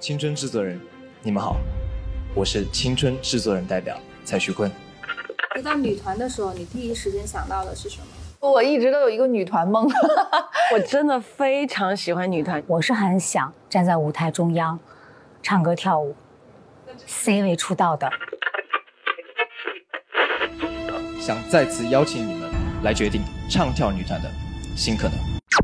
青春制作人，你们好，我是青春制作人代表蔡徐坤。 提到女团的时候，你第一时间想到的是什么？ 我一直都有一个女团梦， 我真的非常喜欢女团， 我是很想站在舞台中央，唱歌跳舞 ，C 位出道的。 想再次邀请你们来决定唱跳女团的新可能。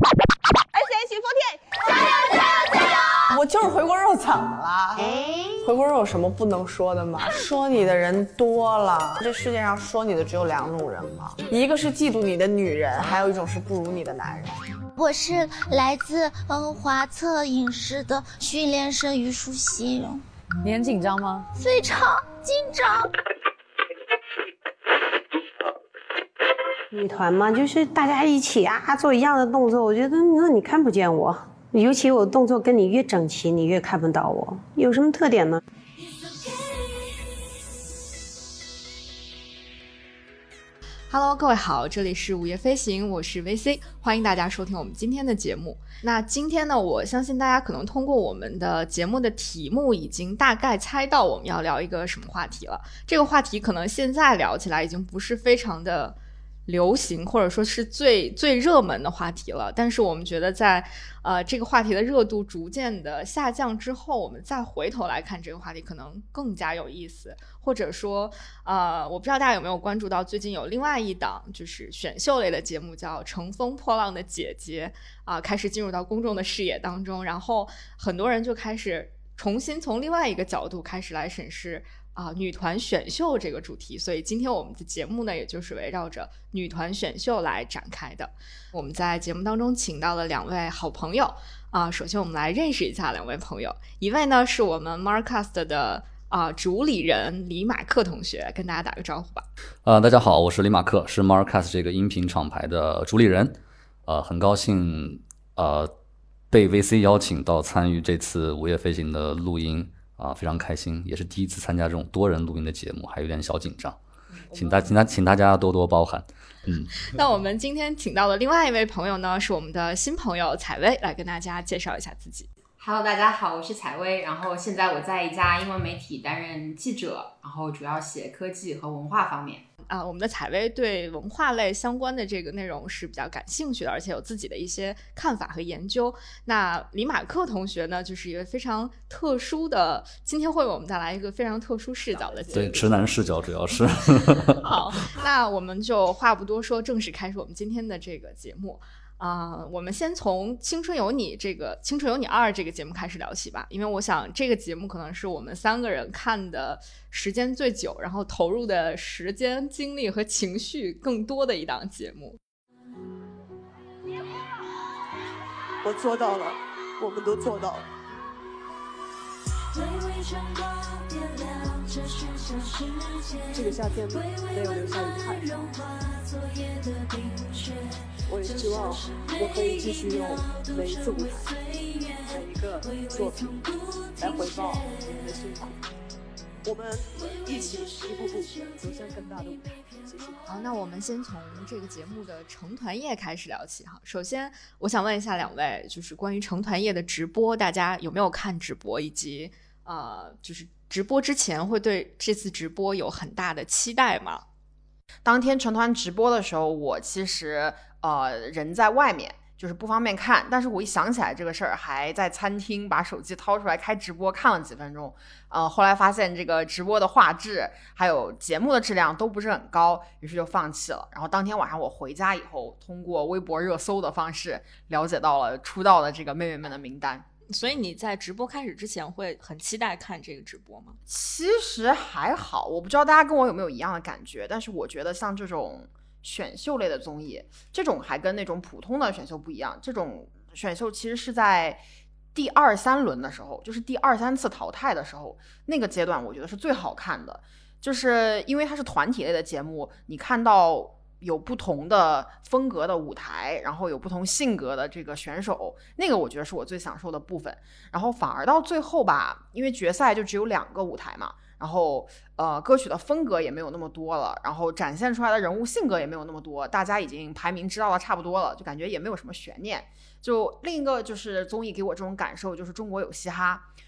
加油加油加油！我就是回锅肉，怎么了？回锅肉有什么不能说的吗？说你的人多了，这世界上说你的只有2种人嘛，一个是嫉妒你的女人，还有一种是不如你的男人。 我是来自华策影视的训练生虞书欣。 你很紧张吗？ 非常紧张。 女团嘛，就是大家一起做一样的动作，我觉得那你看不见我，尤其我动作跟你越整齐，你越看不到我。有什么特点呢 ？Hello， 各位好，这里是午夜飞行，我是 VC， 欢迎大家收听我们今天的节目。那今天呢，我相信大家可能通过我们的节目的题目已经大概猜到我们要聊一个什么话题了。这个话题可能现在聊起来已经不是非常的流行，或者说是最热门的话题了，但是我们觉得在这个话题的热度逐渐的下降之后，我们再回头来看这个话题可能更加有意思。或者说我不知道大家有没有关注到最近有另外一档就是选秀类的节目叫《乘风破浪的姐姐》开始进入到公众的视野当中，然后很多人就开始重新从另外一个角度开始来审视女团选秀这个主题，所以今天我们的节目呢，也就是围绕着女团选秀来展开的。我们在节目当中请到了2位好朋友首先我们来认识一下2位朋友，一位呢是我们 Marcast 的主理人李马克同学，跟大家打个招呼吧。 大家好，我是李马克，是 Marcast 这个音频厂牌的主理人。很高兴被 VC 邀请到参与这次午夜飞行的录音。非常开心，也是第一次参加这种多人录音的节目，还有点小紧张，请大家多多包涵。 那我们今天请到的另外一位朋友呢，是我们的新朋友采薇，来跟大家介绍一下自己。 Hello， 大家好，我是采薇，然后现在我在一家英文媒体担任记者，然后主要写科技和文化方面。 我们的采薇对文化类相关的这个内容是比较感兴趣的，而且有自己的一些看法和研究。那李马克同学呢，就是一个非常特殊的，今天会为我们带来一个非常特殊视角的节目。 对，直男视角主要是。 好，那我们就话不多说，正式开始我们今天的这个节目。我们先从《青春有你》《青春有你2》这个节目开始聊起吧，因为我想这个节目可能是我们3个人看的时间最久，然后投入的时间、精力和情绪更多的一档节目。 我做到了，我们都做到了。这个夏天没有留下遗憾。我也希望我可以继续用每一次舞台、每一个作品来回报你们的辛苦。我们一起一步步走向更大的舞台。谢谢。 好，那我们先从这个节目的成团夜开始聊起哈。首先，我想问一下2位，就是关于成团夜的直播，大家有没有看直播，以及就是直播之前会对这次直播有很大的期待吗？ 当天成团直播的时候，我其实人在外面，就是不方便看，但是我一想起来这个事儿，还在餐厅把手机掏出来开直播看了几分钟。后来发现这个直播的画质还有节目的质量都不是很高，于是就放弃了。然后当天晚上我回家以后，通过微博热搜的方式了解到了出道的这个妹妹们的名单。 所以你在直播开始之前会很期待看这个直播吗？ 其实还好，我不知道大家跟我有没有一样的感觉，但是我觉得像这种选秀类的综艺，这种还跟那种普通的选秀不一样，这种选秀其实是在第2、3轮的时候，就是第2、3次淘汰的时候，那个阶段我觉得是最好看的，就是因为它是团体类的节目，你看到有不同的风格的舞台，然后有不同性格的这个选手，那个我觉得是我最享受的部分。然后反而到最后吧，因为决赛就只有2个舞台嘛，然后歌曲的风格也没有那么多了，然后展现出来的人物性格也没有那么多，大家已经排名知道的差不多了，就感觉也没有什么悬念。就另一个就是综艺给我这种感受，就是中国有嘻哈。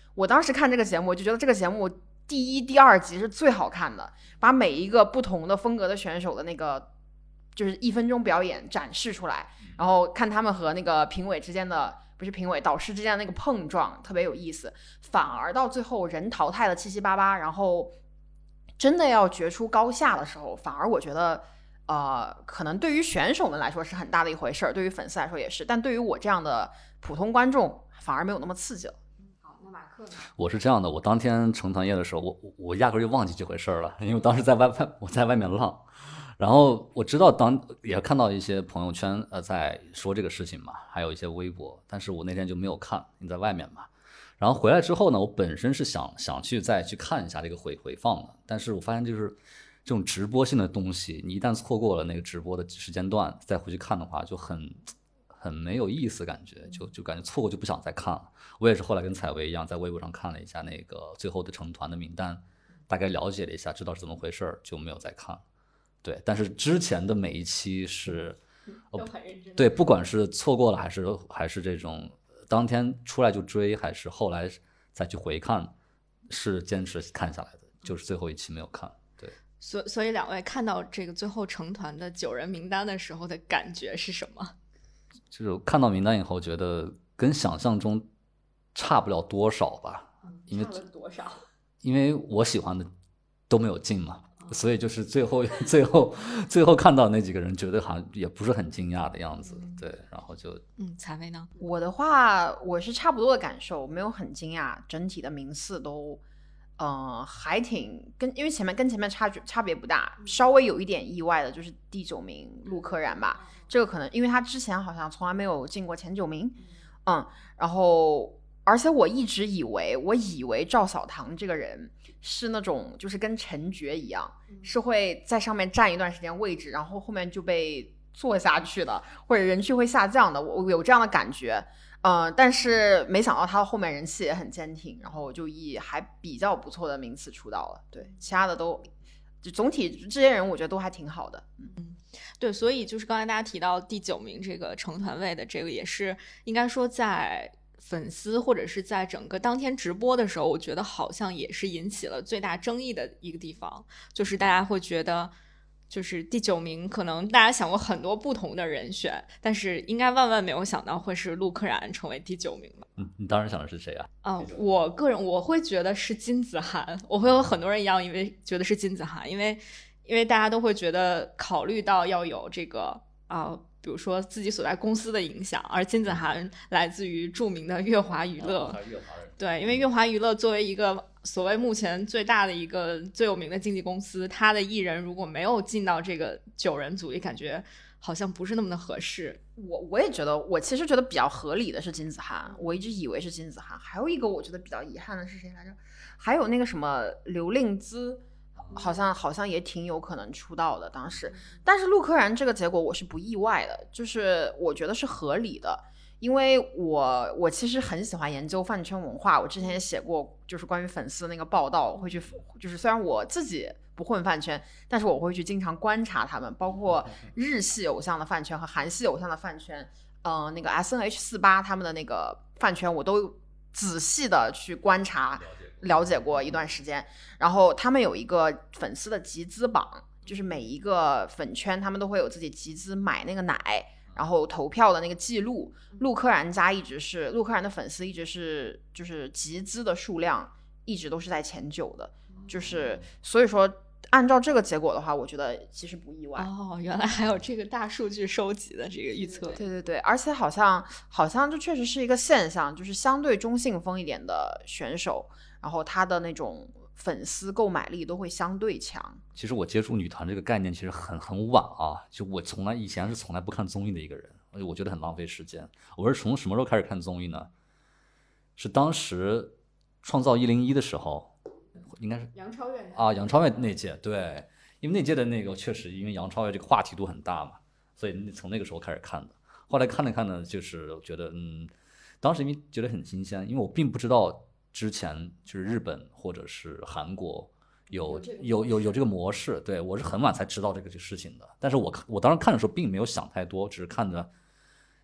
我当时看这个节目，我就觉得这个节目第一、第二集是最好看的，把每一个不同的风格的选手的那个就是1分钟表演展示出来，然后看他们和那个评委之间的，不是评委，导师之间的那个碰撞，特别有意思。反而到最后人淘汰的七七八八，然后真的要决出高下的时候，反而我觉得可能对于选手们来说是很大的一回事儿，对于粉丝来说也是，但对于我这样的普通观众反而没有那么刺激了。 好，那马克呢？ 我是这样的，我当天成团夜的时候，我压根就忘记这回事儿了，因为我当时我在外面浪，然后我知道也看到一些朋友圈在说这个事情嘛，还有一些微博，但是我那天就没有看，因为在外面嘛。然后回来之后呢，我本身是想再去看一下这个回放的，但是我发现就是这种直播性的东西，你一旦错过了那个直播的时间段，再回去看的话，就很没有意思，感觉就感觉错过就不想再看了。我也是后来跟采薇一样，在微博上看了一下那个最后的成团的名单，大概了解了一下，知道是怎么回事，就没有再看。对，但是之前的每一期是都很认真。 对，不管是错过了还是这种当天出来就追，还是后来再去回看，是坚持看下来的，就是最后一期没有看。对， 所以两位看到这个最后成团的9人名单的时候的感觉是什么？ 就是看到名单以后，觉得跟想象中差不了多少吧。因为差了多少？ 因为我喜欢的都没有进嘛，所以就是最后看到那几个人，觉得好像也不是很惊讶的样子。对，然后就采薇呢？ 我的话，我是差不多的感受，没有很惊讶，整体的名次都还挺因为跟前面差别不大，稍微有一点意外的就是第9名陆柯燃吧，这个可能因为他之前好像从来没有进过前9名，然后而且我一直以为赵小棠这个人是那种就是跟陈珏一样，是会在上面占一段时间位置，然后后面就被做下去的，或者人气会下降的，我有这样的感觉。但是没想到他后面人气也很坚挺，然后就以还比较不错的名次出道了。对，其他的都就总体这些人我觉得都还挺好的。 对，所以就是刚才大家提到第9名这个成团位的这个，也是应该说在粉丝或者是在整个当天直播的时候，我觉得好像也是引起了最大争议的一个地方，就是大家会觉得就是第9名可能大家想过很多不同的人选，但是应该万万没有想到会是陆柯燃成为第9名吧。 你当然想的是谁啊？ 我个人我会觉得是金子涵，我会和很多人一样觉得是金子涵，因为大家都会觉得考虑到要有这个比如说自己所在公司的影响，而金子涵来自于著名的乐华娱乐，对，因为乐华娱乐作为一个所谓目前最大的一个最有名的经纪公司，他的艺人如果没有进到这个9人组，也感觉好像不是那么的合适。 我也觉得，我其实觉得比较合理的是金子涵，我一直以为是金子涵。还有一个我觉得比较遗憾的是谁来着？还有那个什么刘令姿，好像也挺有可能出道的当时。但是陆柯燃这个结果我是不意外的，就是我觉得是合理的。因为我其实很喜欢研究饭圈文化，我之前也写过就是关于粉丝的那个报道，我会去就是虽然我自己不混饭圈，但是我会去经常观察他们，包括日系偶像的饭圈和韩系偶像的饭圈，那个 SNH48 他们的那个饭圈我都仔细的去观察了解过一段时间。然后他们有一个粉丝的集资榜，就是每一个粉圈他们都会有自己集资买那个奶然后投票的那个记录，陆柯燃的粉丝一直是就是集资的数量一直都是在前9的，就是所以说按照这个结果的话，我觉得其实不意外。 原来还有这个大数据收集的这个预测。 对，而且好像这确实是一个现象，就是相对中性风一点的选手，然后他的那种粉丝购买力都会相对强。 其实我接触女团这个概念其实很晚啊，就我以前是从来不看综艺的一个人，我觉得很浪费时间。我是从什么时候开始看综艺呢？是当时创造101的时候，应该是杨超越杨超越那届，对，因为那届的那个确实因为杨超越这个话题度很大嘛，所以从那个时候开始看的。后来看了看呢，就是我觉得当时因为觉得很新鲜，因为我并不知道之前就是日本或者是韩国有这个模式，对，我是很晚才知道这个事情的。但是我当时看的时候并没有想太多，只是看着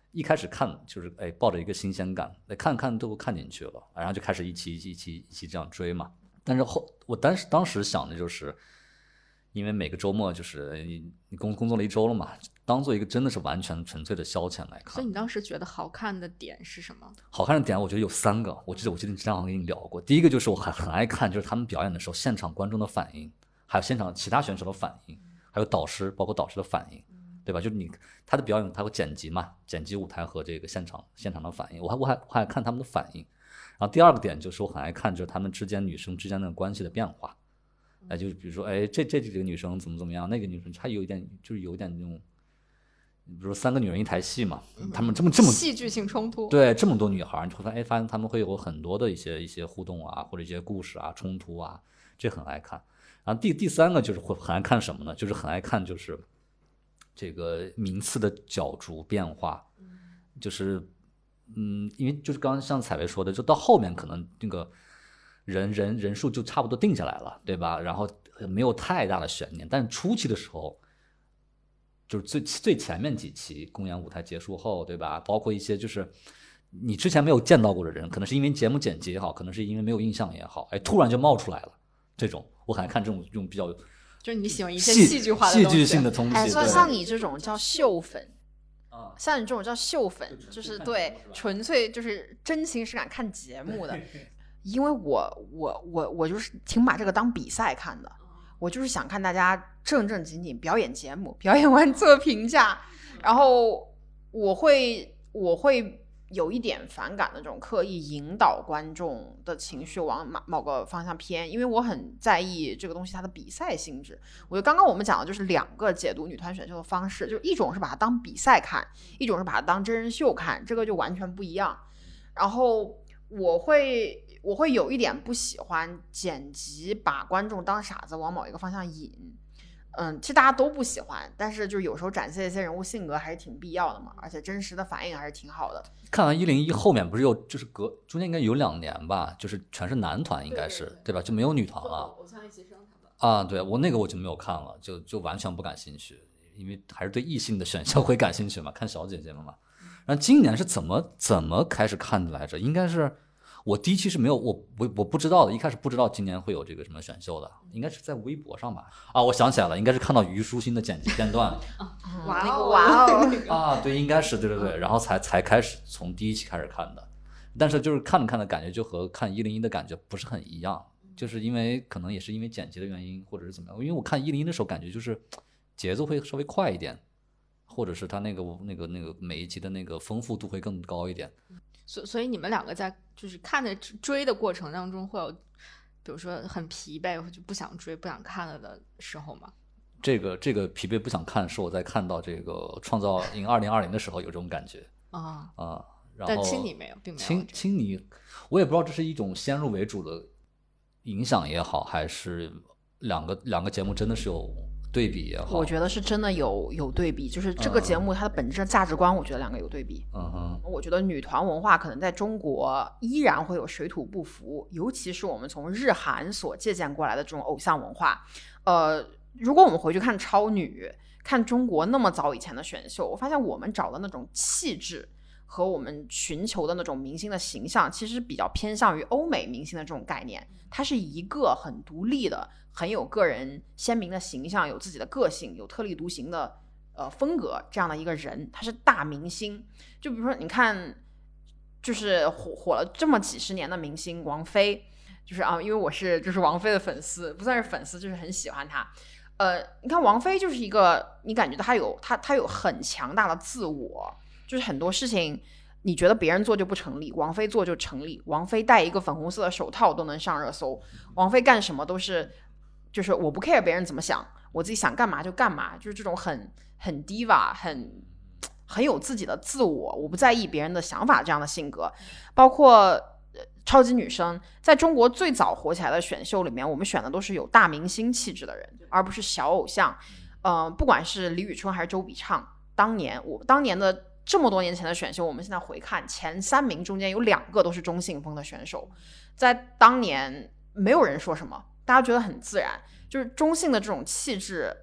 一开始看就是抱着一个新鲜感，看都看进去了，然后就开始一期这样追嘛。但是我当时想的就是，因为每个周末就是你工作了一周了嘛，当做一个真的是完全纯粹的消遣来看。 所以你当时觉得好看的点是什么？ 好看的点我觉得有3个，我记得之前好像跟你聊过。第一个就是我很爱看，就是他们表演的时候现场观众的反应，还有现场其他选手的反应，还有包括导师的反应，对吧？就是他的表演他会剪辑嘛，剪辑舞台和这个现场的反应，我还看他们的反应。然后第二个点就是我很爱看，就是他们女生之间的关系的变化。就是比如说，这个女生怎么样，那个女生她有一点那种，比如说3个女人一台戏嘛，他们这么戏剧性冲突， 对，这么多女孩，你会发现他们会有很多的一些互动啊，或者一些故事啊、冲突啊，这很爱看。然后第3个就是很爱看什么呢？就是很爱看就是这个名次的角逐变化，就是因为就是刚刚像采薇说的，就到后面可能那个人数就差不多定下来了，对吧？然后没有太大的悬念，但是初期的时候，就是最前面几期公演舞台结束后，对吧？包括一些就是你之前没有见到过的人，可能是因为节目剪辑也好，可能是因为没有印象也好，突然就冒出来了。这种我很爱看这种比较， 就是你喜欢一些戏剧化的东西， 戏剧性的东西。 像你这种叫秀粉。像你这种叫秀粉，就是对纯粹就是真情实感看节目的。因为我就是挺把这个当比赛看的，我就是想看大家正正经经表演节目，表演完做评价，然后我会有一点反感的这种刻意引导观众的情绪往某个方向偏，因为我很在意这个东西它的比赛性质。我觉得刚刚我们讲的就是2个解读女团选秀的方式，就一种是把它当比赛看，一种是把它当真人秀看，这个就完全不一样。然后我会有一点不喜欢剪辑把观众当傻子往某一个方向引。其实大家都不喜欢，但是就有时候展现一些人物性格还是挺必要的嘛，而且真实的反应还是挺好的。 看完101后面不是就是中间应该有2年吧，就是全是男团应该是，对吧？就没有女团了。 偶像练习生他们啊，对，我那个我就没有看了，就完全不感兴趣，因为还是对异性的选秀会感兴趣嘛，看小姐姐们嘛。然后今年是怎么开始看的来着？应该是我第一期是没有我不知道的，一开始不知道今年会有这个什么选秀的，应该是在微博上吧。啊，我想起来了，应该是看到虞书欣的剪辑片段。 哇哦！ 啊，对，应该是对，然后才开始从第一期开始看的。但是就是看着看的感觉就和看101的感觉不是很一样，就是因为可能也是因为剪辑的原因，或者是怎么样。因为我看101的时候感觉就是节奏会稍微快一点，或者是它那个每一集的那个丰富度会更高一点。 所以你们2个在就是看的追的过程当中会有比如说很疲惫就不想追不想看了的时候吗？ 这个疲惫不想看是我在看到这个创造营2020的时候有这种感觉啊。然后但青你没有，并没有。 青你我也不知道这是一种先入为主的影响也好，还是两个节目真的是有对比也好。 我觉得是真的有对比，就是这个节目它的本质的价值观，我觉得2个有对比。我觉得女团文化可能在中国依然会有水土不服，尤其是我们从日韩所借鉴过来的这种偶像文化。如果我们回去看超女，看中国那么早以前的选秀，我发现我们找的那种气质和我们寻求的那种明星的形象，其实比较偏向于欧美明星的这种概念。它是一个很独立的、很有个人鲜明的形象，有自己的个性，有特立独行的风格这样的一个人，他是大明星。就比如说你看，就是火了这么几十年的明星王菲，就是因为我是就是王菲的粉丝，不算是粉丝，就是很喜欢她。你看王菲就是一个，你感觉她有很强大的自我，就是很多事情你觉得别人做就不成立，王菲做就成立。王菲戴一个粉红色的手套都能上热搜，王菲干什么都是就是我不 care 别人怎么想，我自己想干嘛就干嘛，就是这种很 diva 很有自己的自我不在意别人的想法这样的性格。包括超级女声在中国最早火起来的选秀里面，我们选的都是有大明星气质的人，而不是小偶像。不管是李宇春还是周笔畅，当年的这么多年前的选秀，我们现在回看前3名中间有2个都是中性风的选手，在当年没有人说什么，大家觉得很自然，就是中性的这种气质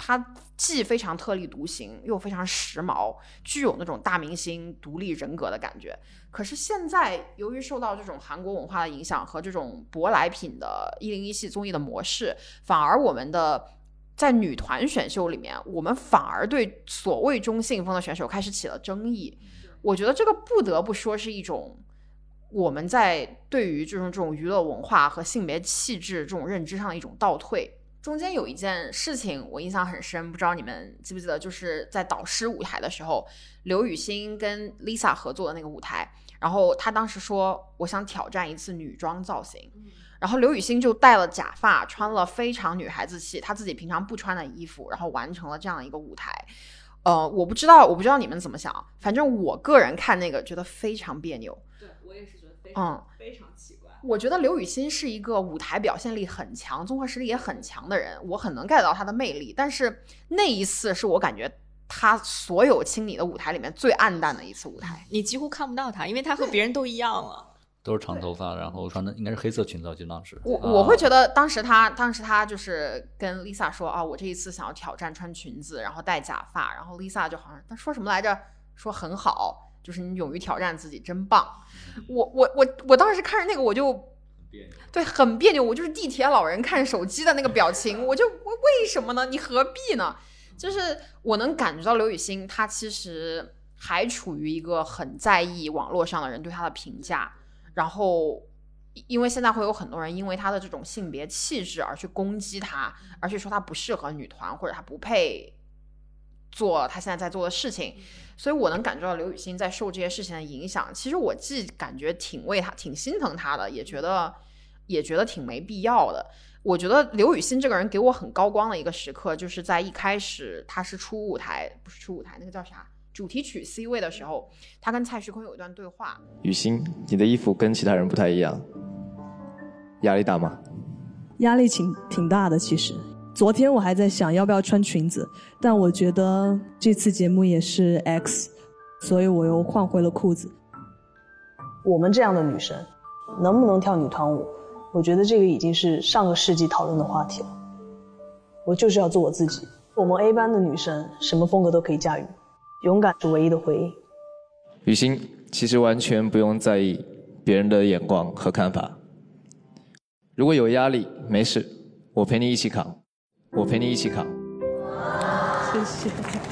她既非常特立独行，又非常时髦，具有那种大明星独立人格的感觉。可是现在由于受到这种韩国文化的影响和这种舶来品的101系综艺的模式，反而我们的在女团选秀里面，我们反而对所谓中性风的选手开始起了争议。我觉得这个不得不说是一种我们在对于这种娱乐文化和性别气质这种认知上的一种倒退。中间有一件事情我印象很深，不知道你们记不记得，就是在导师舞台的时候，刘雨昕跟 Lisa 合作的那个舞台，然后她当时说我想挑战一次女装造型，然后刘雨昕就戴了假发，穿了非常女孩子气她自己平常不穿的衣服，然后完成了这样的一个舞台。我不知道你们怎么想，反正我个人看那个觉得非常别扭。 对，我也是觉得非常奇怪。 我觉得刘雨昕是一个舞台表现力很强，综合实力也很强的人，我很能 get 到她的魅力。但是那一次是我感觉她所有亲你的舞台里面最暗淡的一次舞台， 你几乎看不到她，因为她和别人都一样了， 都是长头发，然后穿的应该是黑色裙子，我记得当时。 我会觉得当时她就是跟 Lisa 说啊，我这一次想要挑战穿裙子，然后戴假发，然后 Lisa 就好像她说什么来着，说很好。就是你勇于挑战自己，真棒！我当时看着那个我就对很别扭，我就是地铁老人看手机的那个表情，我为什么呢？你何必呢？就是我能感觉到刘雨昕她其实还处于一个很在意网络上的人对她的评价，然后因为现在会有很多人因为她的这种性别气质而去攻击她，而去说她不适合女团，或者她不配做她现在在做的事情。所以我能感觉到刘雨昕在受这些事情的影响，其实我既感觉挺为她挺心疼她的，也觉得挺没必要的。我觉得刘雨昕这个人给我很高光的一个时刻，就是在一开始她是不是出舞台那个叫啥主题曲 C 位的时候，她跟蔡徐坤有一段对话。 雨昕，你的衣服跟其他人不太一样，压力大吗？ 压力挺大的，其实昨天我还在想要不要穿裙子，但我觉得这次节目也是 X， 所以我又换回了裤子。 我们这样的女生能不能跳女团舞，我觉得这个已经是上个世纪讨论的话题了。我就是要做我自己。我们 A 班的女生什么风格都可以驾驭，勇敢是唯一的回应。 雨昕，其实完全不用在意别人的眼光和看法，如果有压力没事，我陪你一起扛，我陪你一起扛。 谢谢。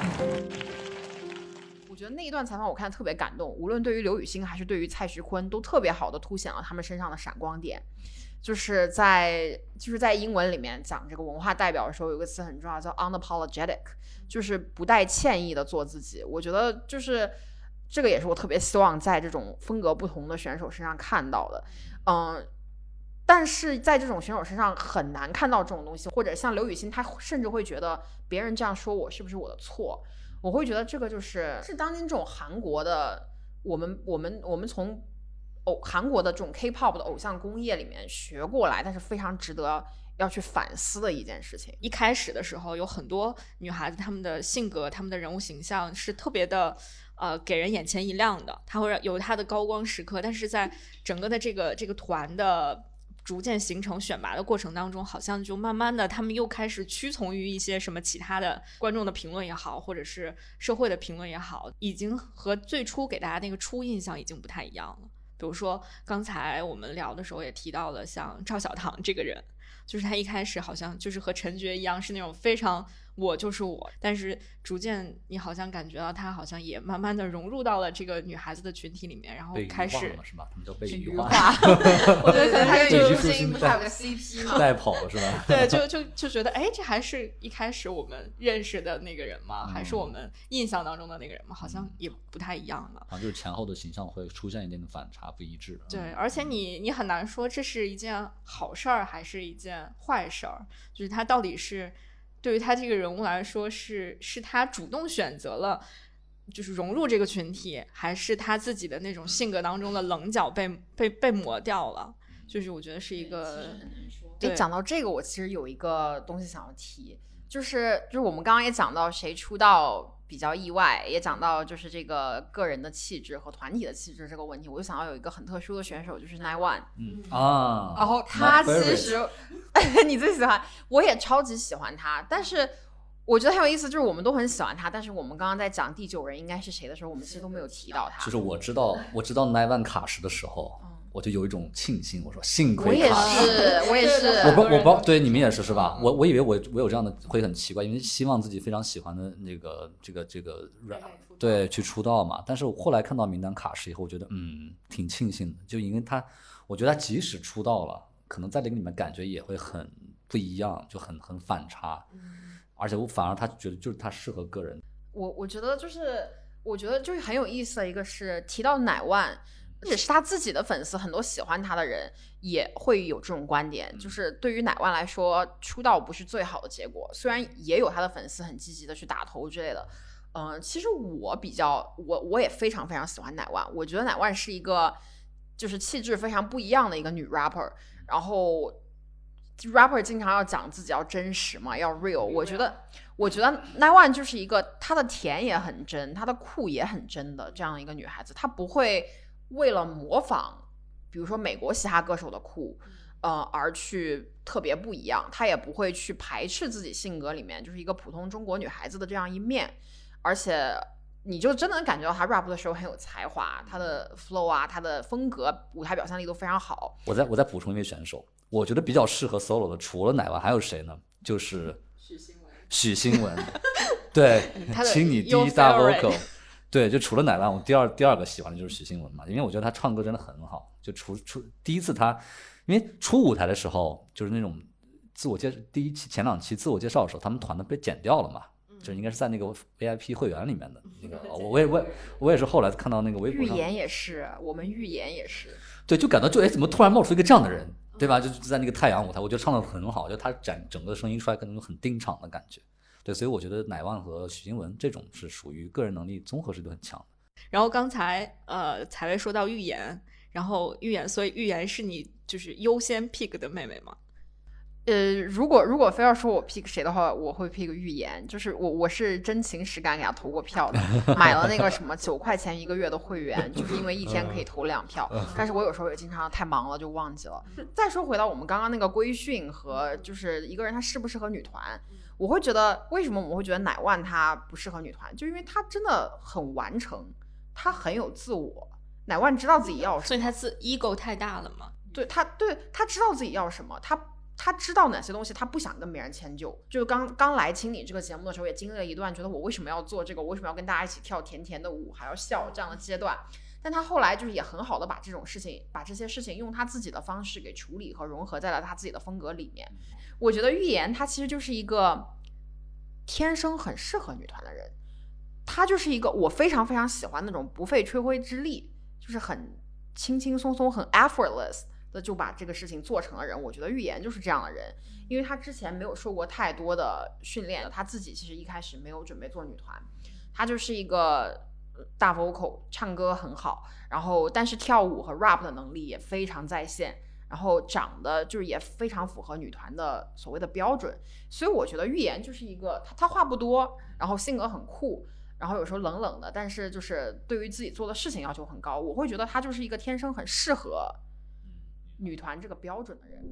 我觉得那一段采访我看得特别感动，无论对于刘雨昕还是对于蔡徐坤，都特别好的凸显了他们身上的闪光点。就是在英文里面讲这个文化代表的时候，有个词很重要，叫 unapologetic， 就是不带歉意的做自己。我觉得就是这个也是我特别希望在这种风格不同的选手身上看到的。但是在这种选手身上很难看到这种东西，或者像刘雨昕，她甚至会觉得别人这样说我是不是我的错？我会觉得这个是当今这种韩国的我们从韩国的这种 K-pop 的偶像工业里面学过来，但是非常值得要去反思的一件事情。 一开始的时候有很多女孩子，她们的性格她们的人物形象是特别的给人眼前一亮的，她会有她的高光时刻，但是在整个的这个团的逐渐形成选拔的过程当中，好像就慢慢的他们又开始屈从于一些什么其他的观众的评论也好，或者是社会的评论也好，已经和最初给大家那个初印象已经不太一样了。比如说刚才我们聊的时候也提到了像赵小棠这个人，就是他一开始好像就是和陈觉一样是那种非常我就是我，但是逐渐你好像感觉到他好像也慢慢的融入到了这个女孩子的群体里面，然后开始是吧？他们叫被鱼化。 我觉得可能他被就不是有个 CP 嘛， 带跑是吧？ 对，就觉得哎，这还是一开始我们认识的那个人吗？还是我们印象当中的那个人吗？好像也不太一样了。 好像就是前后的形象会出现一定的反差，不一致。 对，而且你很难说这是一件好事儿还是一件坏事儿，就是他到底是。对于他这个人物来说是他主动选择了就是融入这个群体，还是他自己的那种性格当中的棱角被磨掉了，就是我觉得是一个讲到这个我其实有一个东西想要提，就是我们刚刚也讲到谁出道比较意外，也讲到就是这个个人的气质和团体的气质这个问题，我就想到有一个很特殊的选手就是 NIONE，然后他其实你最喜欢，我也超级喜欢他，但是我觉得很有意思，就是我们都很喜欢他，但是我们刚刚在讲第9人应该是谁的时候，我们其实都没有提到他。 就是我知道奈万卡什的时候，我就有一种庆幸，我说幸亏卡什。 我也是。 我不知道，对你们也是吧？我以为我有这样的会很奇怪，因为希望自己非常喜欢的那个这个 rap 对去出道嘛。但是我后来看到名单卡什以后，我觉得挺庆幸的，就因为我觉得他即使出道了，可能在那个里面感觉也会很不一样，就很反差。而且我反而他觉得就是他适合个人。 我觉得就是很有意思的一个是提到乃万，也是他自己的粉丝，很多喜欢他的人也会有这种观点，就是对于乃万来说，出道不是最好的结果。虽然也有他的粉丝很积极的去打头之类的，其实我也非常非常喜欢乃万。我觉得乃万是一个就是气质非常不一样的一个女 rapper， 然后。rapper 经常要讲自己要真实嘛，要 real。我觉得奈万就是一个她的甜也很真，她的酷也很真的这样一个女孩子。她不会为了模仿，比如说美国嘻哈歌手的酷，而去特别不一样。她也不会去排斥自己性格里面就是一个普通中国女孩子的这样一面，而且你就真的能感觉到她 rap 的时候很有才华，她的 flow 啊，她的风格、舞台表现力都非常好。 我再补充一位选手。我觉得比较适合 solo 的，除了乃万还有谁呢？就是许欣文，对，请你第一大 vocal， 对，就除了乃万，我第二个喜欢的就是许欣文嘛，因为我觉得他唱歌真的很好。就第一次他，因为初舞台的时候，就是那种前2期自我介绍的时候，他们团的被剪掉了嘛，就应该是在那个 VIP 会员里面的那个。我也是后来看到那个微博上， 预言也是，我们预言也是， 对，就感到怎么突然冒出一个这样的人。对吧？就在那个太阳舞台，我觉得唱得很好，就他整个声音出来，可能很定场的感觉。对，所以我觉得乃万和许欣文这种是属于个人能力综合实力都很强的。 然后刚才采薇说到预言，然后所以预言是你就是优先 pick 的妹妹吗？ 如果非要说我 pick 谁的话，我会 pick 预言。就是我是真情实感给他投过票的，买了那个什么9块钱1个月的会员，就是因为一天可以投2票。但是我有时候也经常太忙了就忘记了。再说回到我们刚刚那个规训和就是一个人他适不适合女团，我会觉得为什么我们会觉得乃万他不适合女团，就因为他真的很完成，他很有自我。乃万知道自己要什么， 所以他ego 太大了嘛？ 对，他知道自己要什么，他知道哪些东西他不想跟别人迁就。就刚来听你这个节目的时候，也经历了一段觉得我为什么要做这个，我为什么要跟大家一起跳甜甜的舞还要笑这样的阶段。但他后来就是也很好的把这些事情用他自己的方式给处理和融合在了他自己的风格里面。我觉得预言他其实就是一个天生很适合女团的人，他就是一个我非常非常喜欢那种不费吹灰之力，就是很轻轻松松很 effortless的就把这个事情做成了人。我觉得预言就是这样的人，因为他之前没有受过太多的训练，他自己其实一开始没有准备做女团，他就是一个大 vocal 唱歌很好，然后但是跳舞和 rap 的能力也非常在线，然后长得就是也非常符合女团的所谓的标准。所以我觉得预言就是一个他话不多，然后性格很酷，然后有时候冷冷的，但是就是对于自己做的事情要求很高。我会觉得他就是一个天生很适合女团这个标准的人。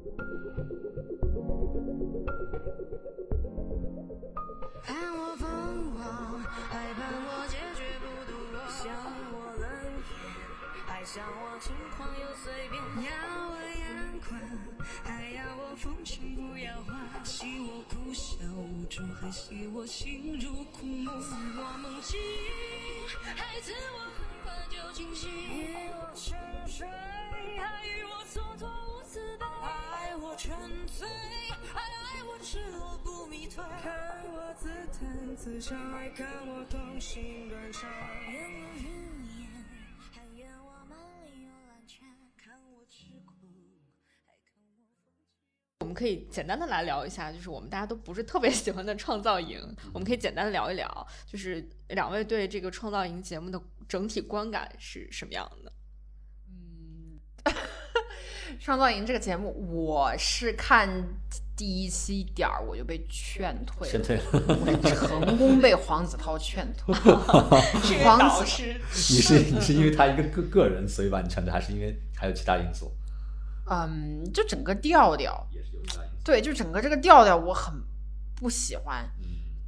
盼我疯狂，还盼我结局不堕落，想我冷眼，还想我轻狂又随便，要我眼眶，还要我风情不要画，戏我哭笑无助，还戏我心如枯木，自我梦境，还自我很快就清醒，与我沉睡，还与我蹉跎无私的爱我沉醉，还爱我赤裸不迷退，看我自弹自唱，还看我痛心断肠，愿我预言，还愿我满里有蓝圈，看我痴狂，还看我风趣。 我们可以简单的来聊一下，就是我们大家都不是特别喜欢的创造营，我们可以简单的聊一聊，就是两位对这个创造营节目的整体观感是什么样的？ 创造营这个节目，我是看第1期点我就被劝退了，我是成功被黄子韬劝退。黄子师， 你是因为他一个人所以把你劝退，还是因为还有其他因素？ 就整个调调，对，就整个这个调调我很不喜欢。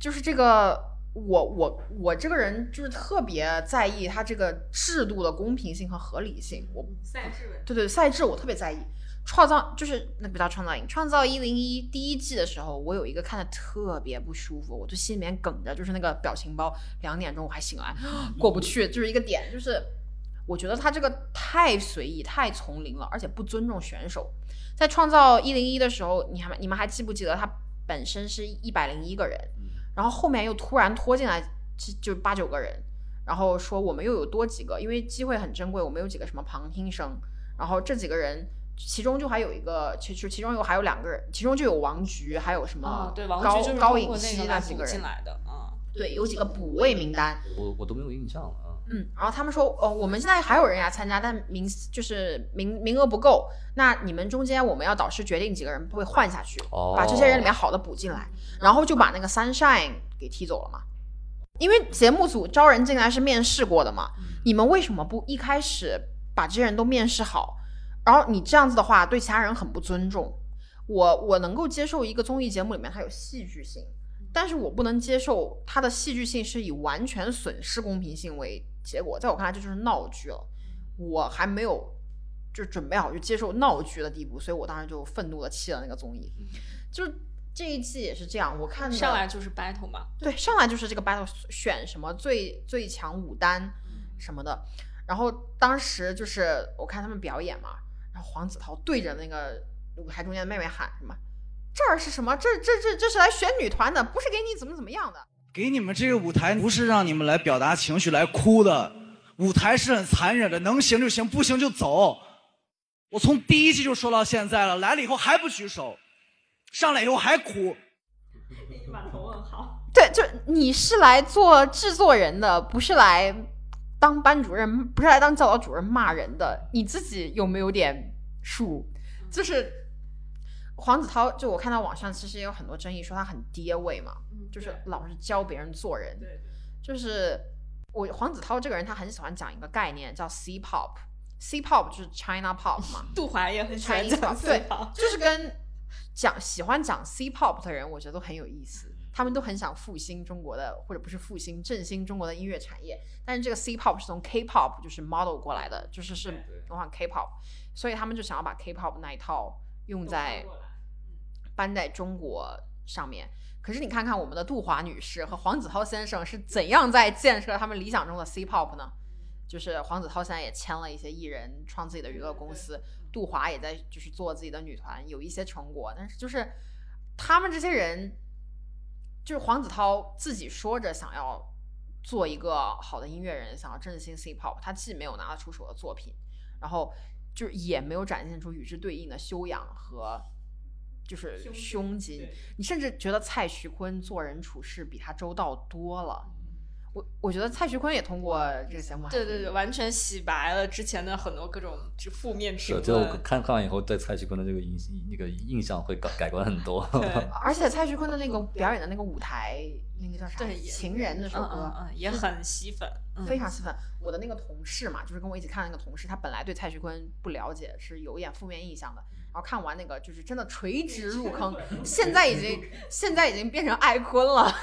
就是这个我这个人就是特别在意它这个制度的公平性和合理性。 赛制， 对，赛制我特别在意。创造就是那不叫创造营，创造101第一季的时候，我有一个看的特别不舒服，我就心里面梗着，就是那个表情包，2点钟我还醒来，过不去，就是一个点，就是我觉得他这个太随意、太从灵了，而且不尊重选手。在创造101的时候，你们还记不记得他本身是101个人，然后后面又突然拖进来就8、9个人，然后说我们又有多几个，因为机会很珍贵，我们有几个什么旁听生，然后这几个人。其中就还有一个，其中还有2个人，其中就有王菊，还有什么对，王高菊就是高颖熙那几个人进来的对，有几个补位名单， 我都没有印象了然后他们说我们现在还有人要参加，但名额不够，那你们中间我们要导师决定几个人会换下去，把这些人里面好的补进来，然后就把那个 Sunshine 给踢走了嘛。因为节目组招人进来是面试过的嘛，你们为什么不一开始把这些人都面试好？然后你这样子的话对其他人很不尊重。我能够接受一个综艺节目里面它有戏剧性，但是我不能接受它的戏剧性是以完全损失公平性为结果，在我看来这就是闹剧了。我还没有就准备好去接受闹剧的地步，所以我当时就愤怒的弃了那个综艺。就这一季也是这样，我看上来就是 battle 嘛， 对，上来就是这个 battle 选什么最强舞担什么的。然后当时就是我看他们表演嘛，然后黄子韬对着那个舞台中间的妹妹喊什么，这儿是什么，这是来选女团的，不是给你怎么样的。 给你们这个舞台不是让你们来表达情绪来哭的，舞台是很残忍的，能行就行，不行就走。我从第一季就说到现在了，来了以后还不举手，上来以后还哭。 满头问号。 对，就你是来做制作人的，不是来当班主任，不是来当教导主任骂人的，你自己有没有点数？就是黄子韬，就我看到网上其实也有很多争议，说他很爹味嘛，就是老是教别人做人。对，就是黄子韬这个人，他很喜欢讲一个概念叫 C pop。C pop 就是 China pop 嘛， 杜华也很喜欢讲 C pop， 就是跟喜欢讲 C pop 的人，我觉得都很有意思。他们都很想复兴中国的，或者不是复兴，振兴中国的音乐产业。但是这个 C pop 是从 K pop 就是 model 过来的，就是模仿 K pop， 所以他们就想要把 K pop 那一套用在搬在中国上面。可是你看看我们的杜华女士和黄子韬先生是怎样在建设他们理想中的 C pop 呢？就是黄子韬现在也签了一些艺人，创自己的娱乐公司，杜华也在就是做自己的女团，有一些成果。但是就是他们这些人，就是黄子韬自己说着想要做一个好的音乐人，想要振兴 C-pop， 他既没有拿得出手的作品，然后就是也没有展现出与之对应的修养和就是胸襟。你甚至觉得蔡徐坤做人处事比他周到多了。我觉得蔡徐坤也通过这个节目， 对，完全洗白了之前的很多各种负面评论。 就看完以后，对蔡徐坤的这个印象会改观很多。 而且蔡徐坤的那个表演的那个舞台，那个叫啥？ 对， 情人那首歌， 也很吸粉， 非常吸粉。我的那个同事嘛，就是跟我一起看的那个同事，他本来对蔡徐坤不了解，是有一点负面印象的。然后看完那个，就是真的垂直入坑，现在已经变成爱坤了。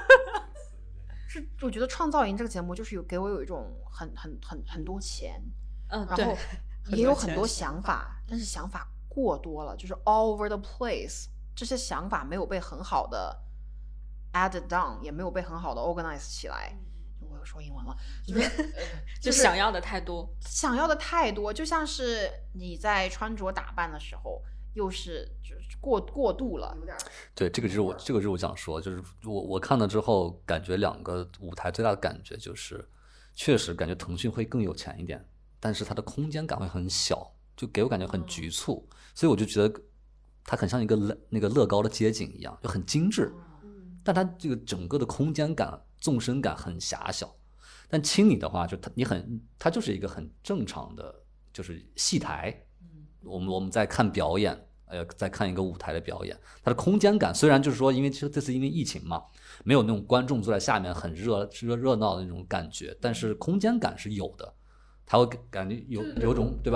我觉得创造营这个节目就是给我有一种很多钱，然后也有很多想法，但是想法过多了，就是 all over the place， 这些想法没有被很好的 added down， 也没有被很好的 organize 起来。我又说英文了， 就想要的太多， 就像是你在穿着打扮的时候，又是过度了，有点。 对，这个是我想说，就是我看了之后，感觉两个舞台最大的感觉就是，确实感觉腾讯会更有钱一点，但是它的空间感会很小，就给我感觉很局促，所以我就觉得它很像一个那个乐高的街景一样，就很精致，但它这个整个的空间感、纵深感很狭小。但青你的话，就它就是一个很正常的，就是戏台。我们在看表演。再看一个舞台的表演，它的空间感虽然就是说，因为这次因为疫情嘛，没有那种观众坐在下面很热闹的那种感觉，但是空间感是有的，它会感觉有种对吧？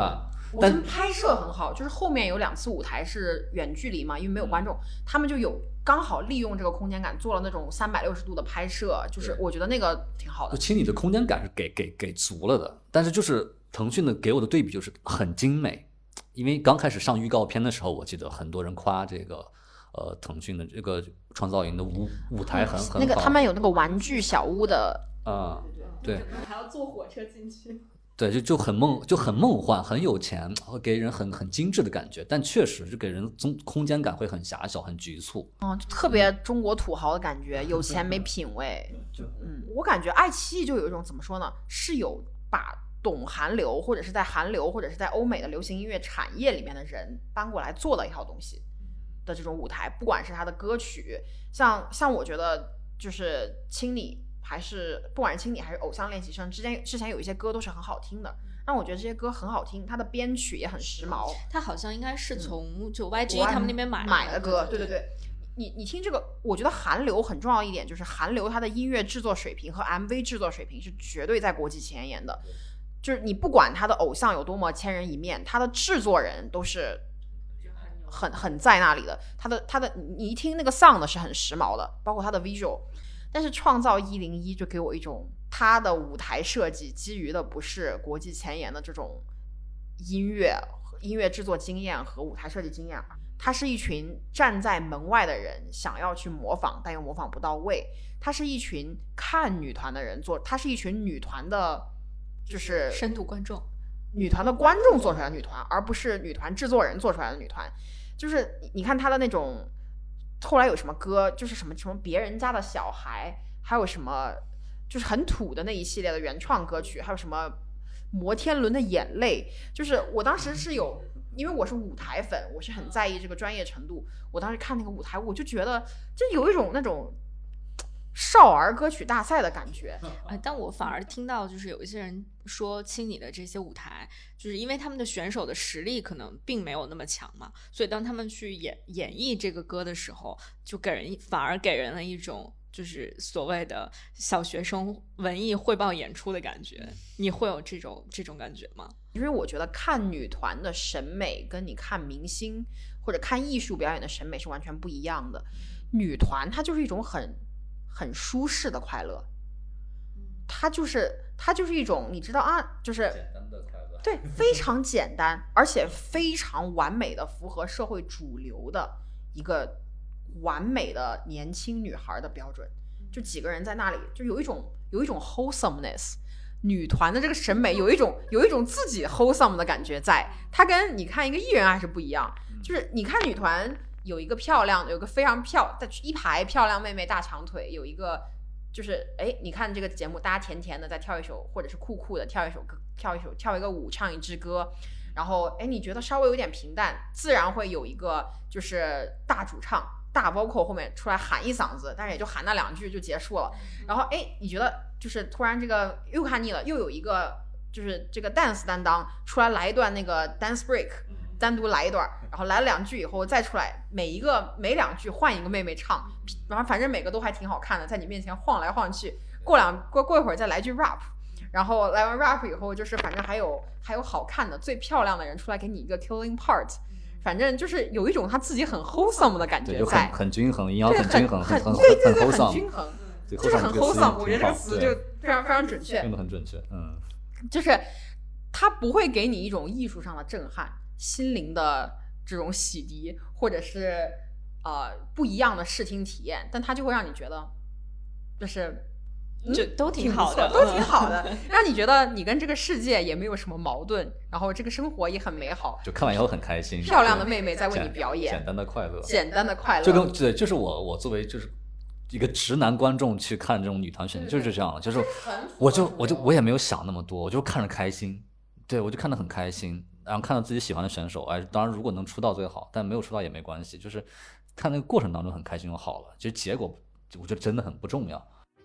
我们拍摄很好，就是后面有2次舞台是远距离嘛，因为没有观众，他们就有刚好利用这个空间感做了那种360度的拍摄，就是我觉得那个挺好的。 其实你的空间感是给足了的，但是就是腾讯的给我的对比就是很精美，因为刚开始上预告片的时候，我记得很多人夸这个腾讯的这个创造营的舞台很好， 那个他们有那个玩具小屋的对， 还要坐火车进去。 对，就很梦幻，很有钱，会给人很精致的感觉，但确实就给人空间感会很狭小，很局促。 就特别中国土豪的感觉，有钱没品位。我感觉爱奇艺就有一种怎么说呢，是有把懂韩流或者是在韩流或者是在欧美的流行音乐产业里面的人搬过来做的一套东西的这种舞台，不管是他的歌曲，像我觉得就是青你。还是不管是青你还是偶像练习生之前有一些歌都是很好听的，让我觉得这些歌很好听，它的编曲也很时髦。 它好像应该是从就 YG 他们那边买的歌，对。你听这个，我觉得韩流很重要一点就是韩流它的音乐制作水平和 MV 制作水平是绝对在国际前沿的，就是你不管他的偶像有多么千人一面，他的制作人都是很在那里的。他的你一听那个 sound 是很时髦的，包括他的 visual。但是创造101就给我一种他的舞台设计基于的不是国际前沿的这种音乐制作经验和舞台设计经验，他是一群站在门外的人想要去模仿但又模仿不到位，他是一群看女团的人他是一群女团的就是深度观众， 女团的观众做出来的女团，而不是女团制作人做出来的女团。就是你看他的那种后来有什么歌，就是什么别人家的小孩，还有什么就是很土的那一系列的原创歌曲，还有什么摩天轮的眼泪。就是我当时是有，因为我是舞台粉，我是很在意这个专业程度，我当时看那个舞台我就觉得就有一种那种少儿歌曲大赛的感觉。 但我反而听到就是有一些人说青你的这些舞台，就是因为他们的选手的实力可能并没有那么强嘛，所以当他们去演绎这个歌的时候，就反而给人了一种就是所谓的小学生文艺汇报演出的感觉。你会有这种感觉吗？ 因为我觉得看女团的审美跟你看明星或者看艺术表演的审美是完全不一样的。女团它就是一种很舒适的快乐，它就是一种你知道啊，就是简单的快乐， 对，非常简单，而且非常完美的符合社会主流的一个完美的年轻女孩的标准。就几个人在那里，就有一种 wholesomeness。女团的这个审美有一种自己 wholesome 的感觉在，它跟你看一个艺人还是不一样。就是你看女团有一个非常一排漂亮妹妹大长腿，有一个就是你看这个节目大家甜甜的在跳一首，或者是酷酷的跳一个舞，唱一支歌，然后你觉得稍微有点平淡，自然会有一个就是大主唱大 vocal 后面出来喊一嗓子，但是也就喊那2句就结束了。然后你觉得就是突然这个又看腻了，又有一个就是这个 dance 担当出来一段那个 dance break， 单独来一段，然后来了2句以后再出来，每2句换一个妹妹唱，然后反正每个都还挺好看的，在你面前晃来晃去，过一会儿再来句 rap， 然后来完 rap 以后就是反正还有好看的最漂亮的人出来给你一个 killing part。反正就是有一种他自己很 wholesome 的感觉在， 很均衡，营养很均衡，很 wholesome， 很均衡，就是很 wholesome。我觉得这个词就非常非常准确， 用的很准确。 就是他不会给你一种艺术上的震撼、心灵的这种洗涤，或者是不一样的视听体验，但他就会让你觉得就是就都挺好的， 都挺好的，让你觉得你跟这个世界也没有什么矛盾，然后这个生活也很美好， 就看完以后很开心。 漂亮的妹妹在为你表演， 简单的快乐， 简单的快乐。 就是我作为就是一个直男观众去看这种女团选秀，就是这样的，就是我也没有想那么多，我就看着开心，对我就看得很开心，然后看到自己喜欢的选手，当然如果能出道最好，但没有出道也没关系，就是看那个过程当中很开心就好了，其实结果我觉得真的很不重要。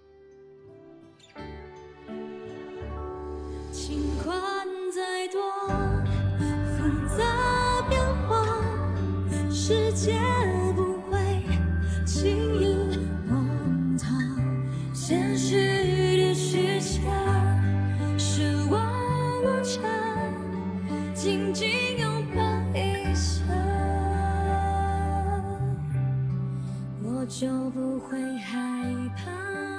情况再多复杂变化，世界不会轻易崩塌，现实的虚假是望无常，紧紧就不会害怕。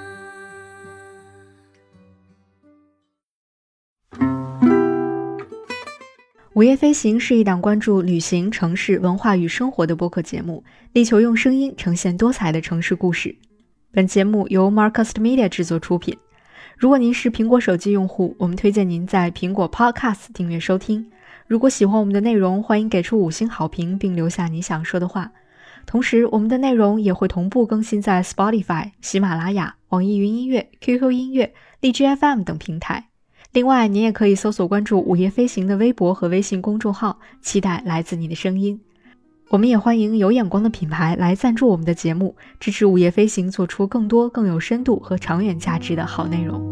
午夜飞行是一档关注旅行、城市文化与生活的播客节目，力求用声音呈现多彩的城市故事。本节目由 Marcast Media 制作出品。如果您是苹果手机用户，我们推荐您在苹果 Podcast 订阅收听。如果喜欢我们的内容，欢迎给出5星好评并留下你想说的话。同时，我们的内容也会同步更新在 Spotify、喜马拉雅、网易云音乐、QQ 音乐、荔枝 FM 等平台。另外，您也可以搜索关注午夜飞行的微博和微信公众号，期待来自你的声音。我们也欢迎有眼光的品牌来赞助我们的节目，支持午夜飞行做出更多更有深度和长远价值的好内容。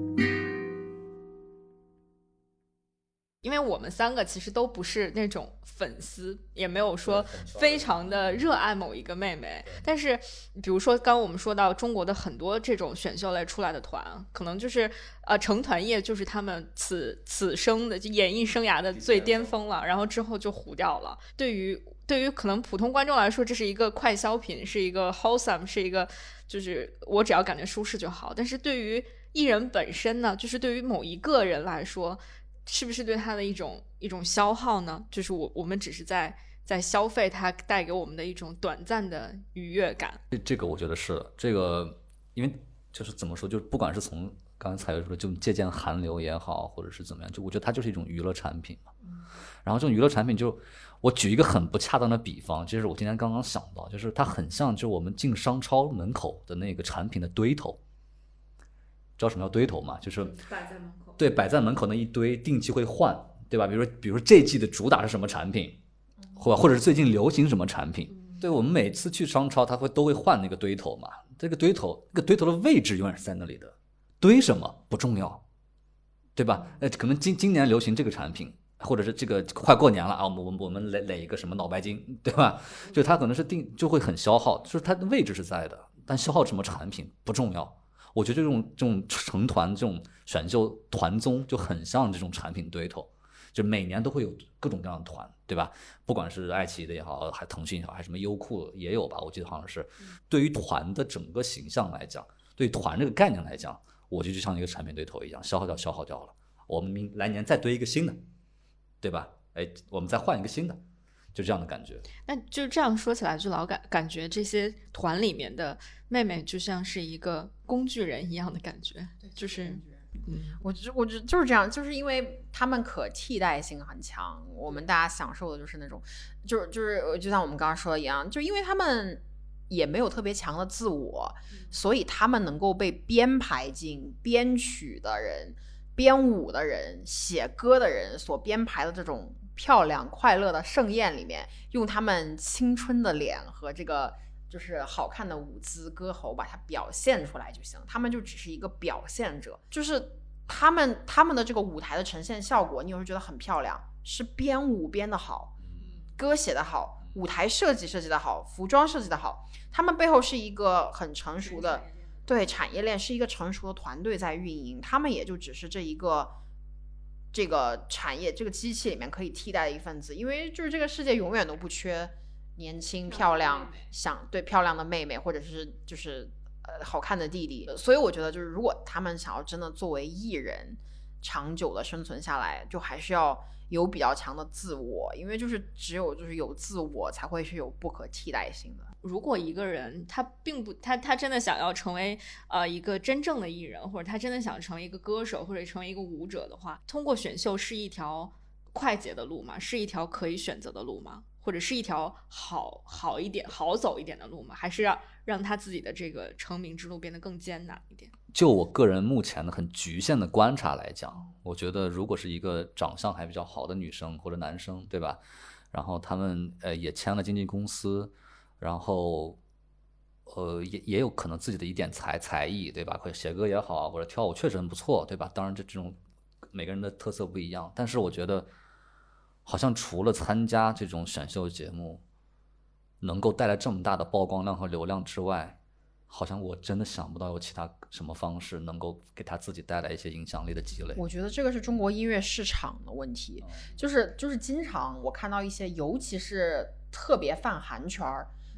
因为我们3个其实都不是那种粉丝，也没有说非常的热爱某一个妹妹，但是比如说刚我们说到中国的很多这种选秀类出来的团，可能就是成团夜就是他们此生的演艺生涯的最巅峰了，然后之后就糊掉了。对于可能普通观众来说，这是一个快消品，是一个 wholesome， 是一个就是我只要感觉舒适就好。但是对于艺人本身呢，就是对于某一个人来说，是不是对他的一种消耗呢？就是我们只是在消费它带给我们的一种短暂的愉悦感。 这个我觉得是的，这个因为就是怎么说，就不管是从刚才彩说的就借鉴韩流也好，或者是怎么样，就我觉得它就是一种娱乐产品嘛。然后这种娱乐产品就我举一个很不恰当的比方，就是我今天刚刚想到，就是它很像就我们进商超门口的那个产品的堆头。知道什么叫堆头吗？就是摆在门口。 对，摆在门口那一堆，定期会换，对吧？比如说这季的主打是什么产品，或者是最近流行什么产品。对，我们每次去商超，都会换那个堆头嘛。这个堆头的位置永远是在那里的，堆什么不重要，对吧？可能今年流行这个产品，或者是这个快过年了啊，我们垒一个什么脑白金，对吧？就它可能是就会很消耗，就是它的位置是在的，但消耗什么产品不重要。我觉得这种成团这种选秀团综就很像这种产品堆头，就每年都会有各种各样的团，对吧？不管是爱奇艺的也好，还腾讯也好，还什么优酷也有吧，我记得好像是。对于团的整个形象来讲，对于团这个概念来讲，我就像一个产品堆头一样，消耗掉了，我们来年再堆一个新的，对吧？我们再换一个新的，就这样的感觉。 那就这样说起来，就老感觉这些团里面的妹妹就像是一个工具人一样的感觉，就是我觉得就是这样，就是因为他们可替代性很强，我们大家享受的就是那种，就像我们刚刚说的一样，就因为他们也没有特别强的自我，所以他们能够被编排进编曲的人、编舞的人、写歌的人所编排的这种漂亮快乐的盛宴里面，用他们青春的脸和这个就是好看的舞姿歌喉把它表现出来就行，他们就只是一个表现者，就是他们的这个舞台的呈现效果你有时候觉得很漂亮，是编舞编得好，歌写得好，舞台设计得好，服装设计得好，他们背后是一个很成熟的对产业链，是一个成熟的团队在运营，他们也就只是这个产业这个机器里面可以替代的一份子，因为就是这个世界永远都不缺年轻漂亮漂亮的妹妹，或者是就是好看的弟弟，所以我觉得就是如果他们想要真的作为艺人长久的生存下来，就还是要有比较强的自我，因为就是只有有自我才会是有不可替代性的。 如果一个人他真的想要成为一个真正的艺人，或者他真的想成为一个歌手或者成为一个舞者的话，通过选秀是一条快捷的路吗？是一条可以选择的路吗？或者是一条好一点好走一点的路吗？还是让他自己的这个成名之路变得更艰难一点？ 就我个人目前的很局限的观察来讲，我觉得如果是一个长相还比较好的女生或者男生，对吧？然后他们也签了经纪公司，然后也有可能自己的一点才艺，对吧？写歌也好，或者跳舞确实很不错，对吧？当然这种每个人的特色不一样，但是我觉得好像除了参加这种选秀节目能够带来这么大的曝光量和流量之外，好像我真的想不到有其他什么方式能够给他自己带来一些影响力的积累。 我觉得这个是中国音乐市场的问题，就是经常我看到一些尤其是特别泛韩圈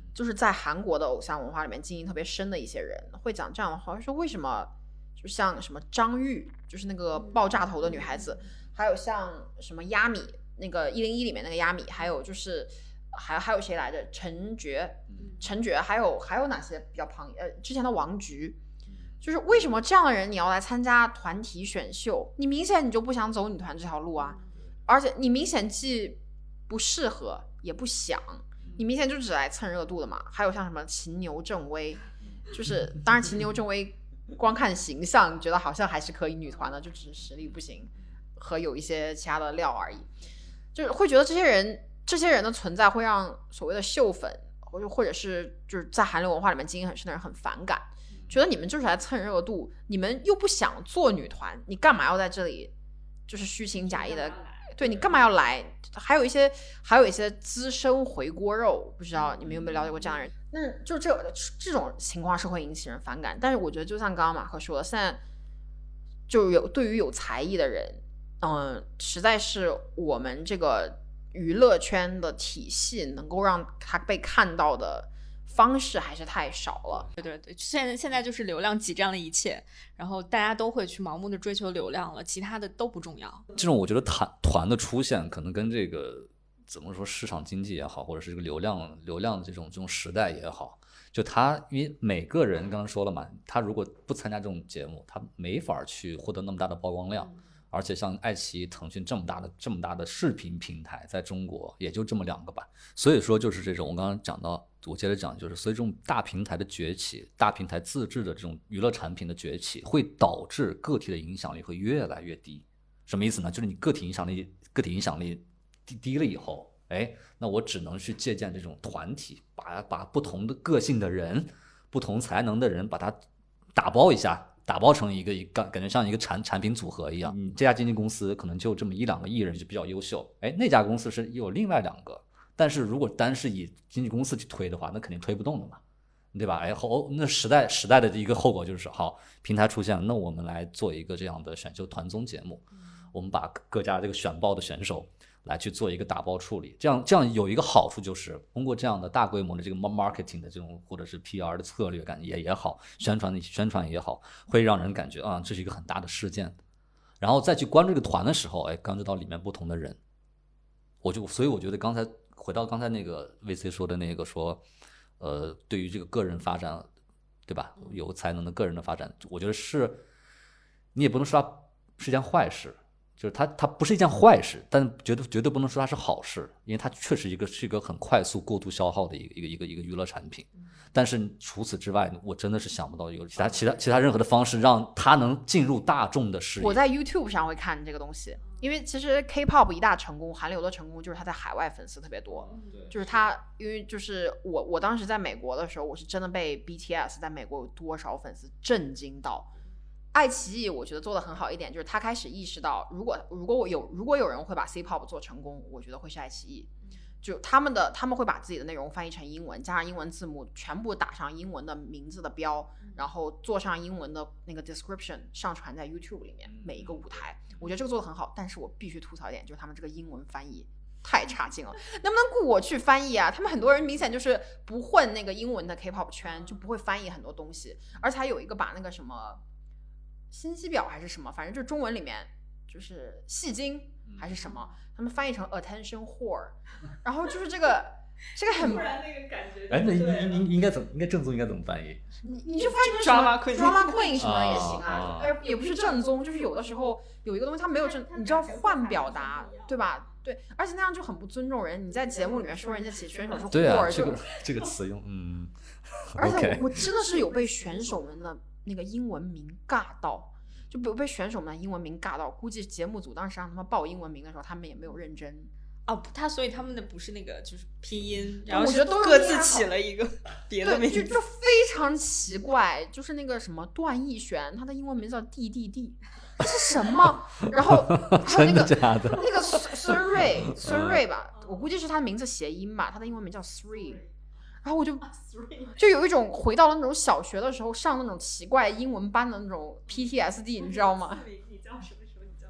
就是在韩国的偶像文化里面经营特别深的一些人会讲这样的话，说为什么就像什么张玉，就是那个爆炸头的女孩子，还有像什么亚米，那个101里面那个亚米，还有就是还有谁来着？陈觉，还有哪些比较之前的王菊，就是为什么这样的人你要来参加团体选秀？你明显你就不想走女团这条路啊，而且你明显既不适合也不想，你明显就只来蹭热度的嘛。还有像什么秦牛正威，就是当然秦牛正威光看形象觉得好像还是可以女团的，就只是实力不行和有一些其他的料而已，就是会觉得这些人的存在会让所谓的秀粉或者是就是在韩流文化里面经营很深的人很反感，觉得你们就是来蹭热度，你们又不想做女团，你干嘛要在这里就是虚情假意的？对，你干嘛要来？还有一些资深回锅肉，不知道你们有没有了解过这样的人？那就这种情况是会引起人反感。但是我觉得就像刚刚马克说的，现在就对于有才艺的人，实在是我们这个娱乐圈的体系能够让他被看到的方式还是太少了。 对，现在就是流量挤占了一切，然后大家都会去盲目的追求流量了，其他的都不重要。 这种我觉得团的出现可能跟这个怎么说市场经济也好，或者是这个流量这种时代也好，就他因为每个人刚刚说了嘛，他如果不参加这种节目，他没法去获得那么大的曝光量。而且像爱奇艺、腾讯这么大的视频平台，在中国也就这么2个吧。所以说就是这种我刚刚讲到，我接着讲，就是所以这种大平台的崛起，大平台自制的这种娱乐产品的崛起，会导致个体的影响力会越来越低。什么意思呢？就是你个体影响力低了以后，那我只能去借鉴这种团体，把不同的个性的人、不同才能的人，把它打包成一个感觉像一个产品组合一样。这家经纪公司可能就这么1-2个艺人就比较优秀，那家公司是有另外2个，但是如果单是以经纪公司去推的话，那肯定推不动的嘛，对吧？那时代的一个后果就是，好，平台出现了，那我们来做一个这样的选秀团综节目，我们把各家这个选爆的选手来去做一个打包处理，这样有一个好处，就是通过这样的大规模的这个 marketing 的这种或者是 PR 的策略感也好，宣传也好，会让人感觉这是一个很大的事件。然后再去关注这个团的时候，关注到里面不同的人，所以我觉得回到刚才那个 VC 说的那个说，对于这个个人发展，对吧？有才能的个人的发展，我觉得你也不能说它是一件坏事。就是它不是一件坏事，但绝对不能说它是好事，因为它确实是一个很快速过度消耗的一个娱乐产品。但是除此之外，我真的是想不到有其他任何的方式让它能进入大众的视野。 我在 YouTube 上会看这个东西，因为其实 K-pop 一大成功，韩流的成功就是它在海外粉丝特别多。就是它，因为就是我当时在美国的时候，我是真的被 BTS 在美国有多少粉丝震惊到。爱奇艺我觉得做得很好一点，就是他开始意识到，如果有人会把 C-pop 做成功，我觉得会是爱奇艺。就他们会把自己的内容翻译成英文，加上英文字幕，全部打上英文的名字的标，然后做上英文的那个 description， 上传在 YouTube 里面每一个舞台。我觉得这个做得很好，但是我必须吐槽一点，就是他们这个英文翻译太差劲了，能不能雇我去翻译啊？他们很多人明显就是不混那个英文的 K-pop 圈，就不会翻译很多东西，而且还有一个把那个什么心机婊还是什么，反正就是中文里面就是戏精还是什么，他们翻译成 attention whore， 然后就是这个很， 突然那个感觉。 那应该正宗应该怎么翻译？ 你就翻译成什么 drama queen 什么也行啊，也不是正宗，就是有的时候有一个东西它没有正，你知道换表达对吧？对，而且那样就很不尊重人。你在节目里面说人家选手是 whore， 对啊，这个词用而且我真的是有被选手们的那个英文名尬到，就被选手们的英文名尬到，估计节目组当时让他们报英文名的时候，他们也没有认真。 所以他们的不是那个就是拼音，然后我觉得都各自起了一个别的名字， 就非常奇怪。就是那个什么段奕璇，他的英文名叫 DDD， 这是什么？然后还有那个孙瑞吧，我估计是他的名字谐音吧，他的英文名叫 Three。然后我就有一种回到了那种小学的时候上那种奇怪英文班的那种 PTSD， 你知道吗？ 你叫什么？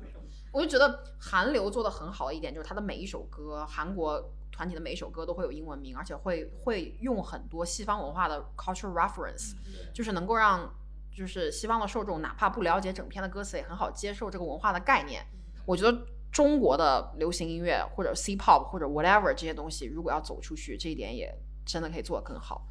我就觉得韩流做的很好的一点就是它的每一首歌，韩国团体的每一首歌都会有英文名，而且会用很多西方文化的 cultural reference，就是能够让就是西方的受众哪怕不了解整篇的歌词，也很好接受这个文化的概念。我觉得中国的流行音乐或者 C-pop 或者 whatever 这些东西，如果要走出去，这一点也真的可以做得更好。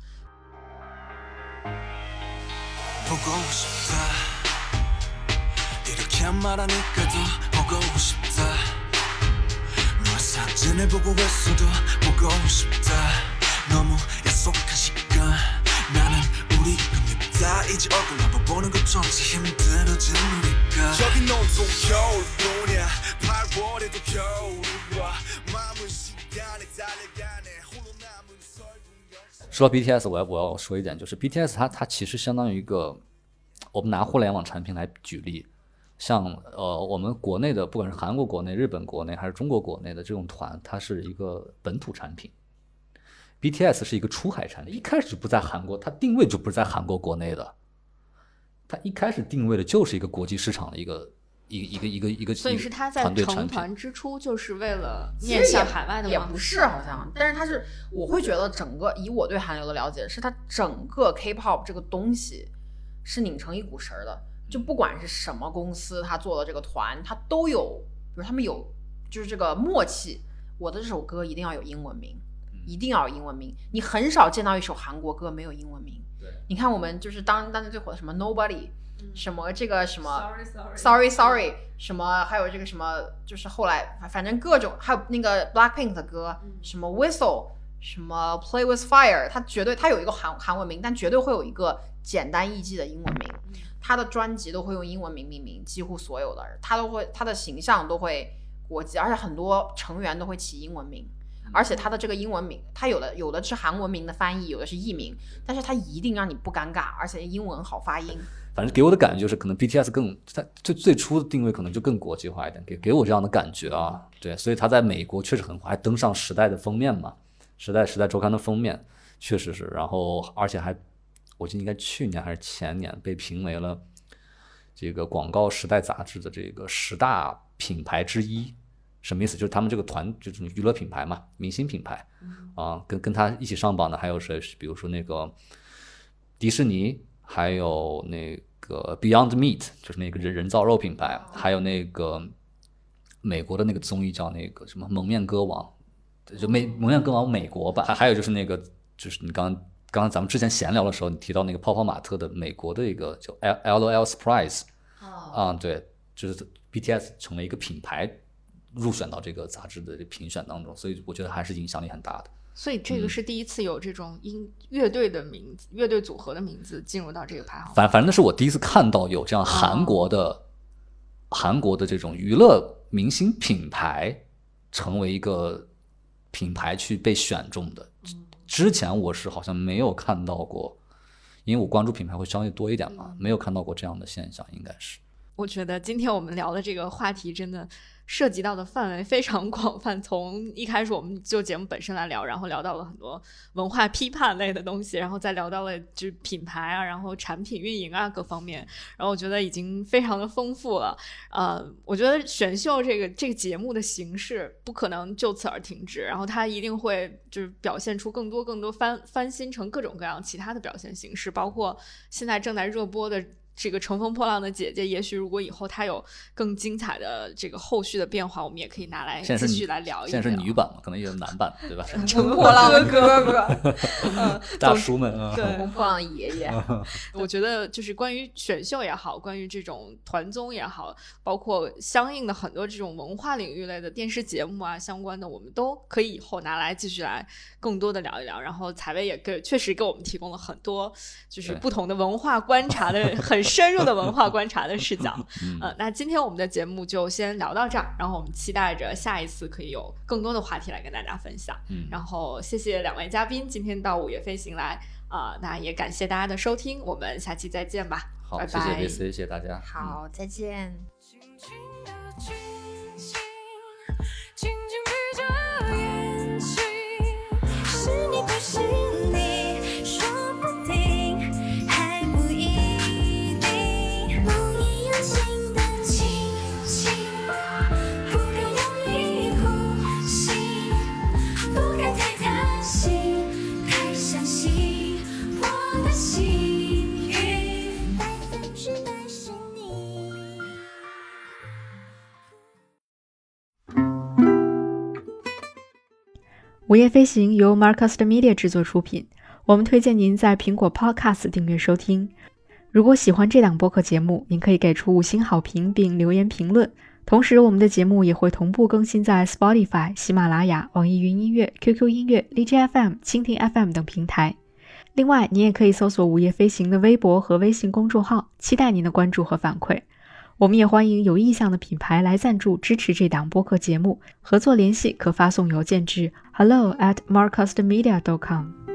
说到 BTS， 我要说一点，就是 BTS 它其实相当于一个，我们拿互联网产品来举例，像我们国内的，不管是韩国国内、日本国内还是中国国内的这种团，它是一个本土产品。BTS 是一个出海产品，一开始就不在韩国，它定位就不是在韩国国内的，它一开始定位的就是一个国际市场的一个所以是他在成团之初就是为了面向海外的吗？ 也不是好像，但是他是，我会觉得整个以我对韩流的了解，是他整个 K-pop 这个东西是拧成一股绳的，就不管是什么公司他做的这个团，他都有，比如他们有就是这个默契，我的这首歌一定要有英文名，一定要有英文名，你很少见到一首韩国歌没有英文名。你看我们就是当年最火的什么 Nobody，什么这个什么 Sorry 什么，还有这个什么，就是后来反正各种，还有那个 Blackpink 的歌，什么 Whistle， 什么 Play with Fire， 它有一个韩文名，但绝对会有一个简单易记的英文名。他的专辑都会用英文名命名，几乎所有的他的形象都会国际，而且很多成员都会起英文名。而且他的这个英文名，他有的是韩文名的翻译，有的是译名，但是他一定让你不尴尬，而且英文好发音。 反正给我的感觉就是，可能 BTS 它最初的定位可能就更国际化一点，给我这样的感觉啊。对，所以他在美国确实很火，还登上《时代》的封面嘛，时代周刊的封面，确实是。然后而且我记得应该去年还是前年被评为了这个广告时代杂志的这个10大品牌之一。什么意思？就是他们这个团就是娱乐品牌嘛，明星品牌啊，跟他一起上榜的还有谁？比如说那个迪士尼，还有那个 Beyond Meat， 就是那个人造肉品牌，还有那个美国的那个综艺叫那个什么蒙面歌王，就蒙面歌王美国版，还有就是那个就是你刚刚咱们之前闲聊的时候，你提到那个泡泡玛特的美国的一个叫 LOL Surprise， 对，就是 BTS 成为一个品牌。入选到这个杂志的评选当中，所以我觉得还是影响力很大的。 所以这个是第一次有这种乐队的名字、乐队组合的名字进入到这个排行。 反正那是我第一次看到有这样韩国的这种娱乐明星品牌成为一个品牌去被选中的。之前我是好像没有看到过，因为我关注品牌会相对多一点嘛，没有看到过这样的现象，应该是。 我觉得今天我们聊的这个话题真的涉及到的范围非常广泛，从一开始我们就节目本身来聊，然后聊到了很多文化批判类的东西，然后再聊到了就是品牌啊，然后产品运营啊各方面，然后我觉得已经非常的丰富了。我觉得选秀这个节目的形式不可能就此而停止，然后它一定会就是表现出更多翻新成各种各样其他的表现形式，包括现在正在热播的这个乘风破浪的姐姐，也许如果以后她有更精彩的这个后续的变化，我们也可以拿来继续来聊一聊。 现在是女版嘛，可能也有男版，对吧？ 乘风破浪的哥哥， 大叔们， 乘风破浪的爷爷。 我觉得就是关于选秀也好，关于这种团综也好，包括相应的很多这种文化领域类的电视节目啊相关的，我们都可以以后拿来继续来更多的聊一聊。然后采薇也确实给我们提供了很多就是不同的文化观察的很深入的文化观察的视角。那今天我们的节目就先聊到这儿，然后我们期待着下一次可以有更多的话题来跟大家分享。然后谢谢2位嘉宾今天到午夜飞行来，那也感谢大家的收听，我们下期再见吧。 好， 拜拜。 谢谢 VC， 谢谢大家。 好，再见。 轻轻闭着眼睛，是你不是你，说不定还不一定。梦一样新的情景。 午夜飞行由 Marcast Media 制作出品，我们推荐您在苹果 Podcast 订阅收听。如果喜欢这档播客节目，您可以给出5星好评并留言评论。同时，我们的节目也会同步更新在 Spotify、喜马拉雅、网易云音乐、QQ 音乐、荔枝 FM、蜻蜓 FM 等平台。另外，您也可以搜索午夜飞行的微博和微信公众号，期待您的关注和反馈。我们也欢迎有意向的品牌来赞助支持这档播客节目，合作联系可发送邮件至hello@marcastmedia.com。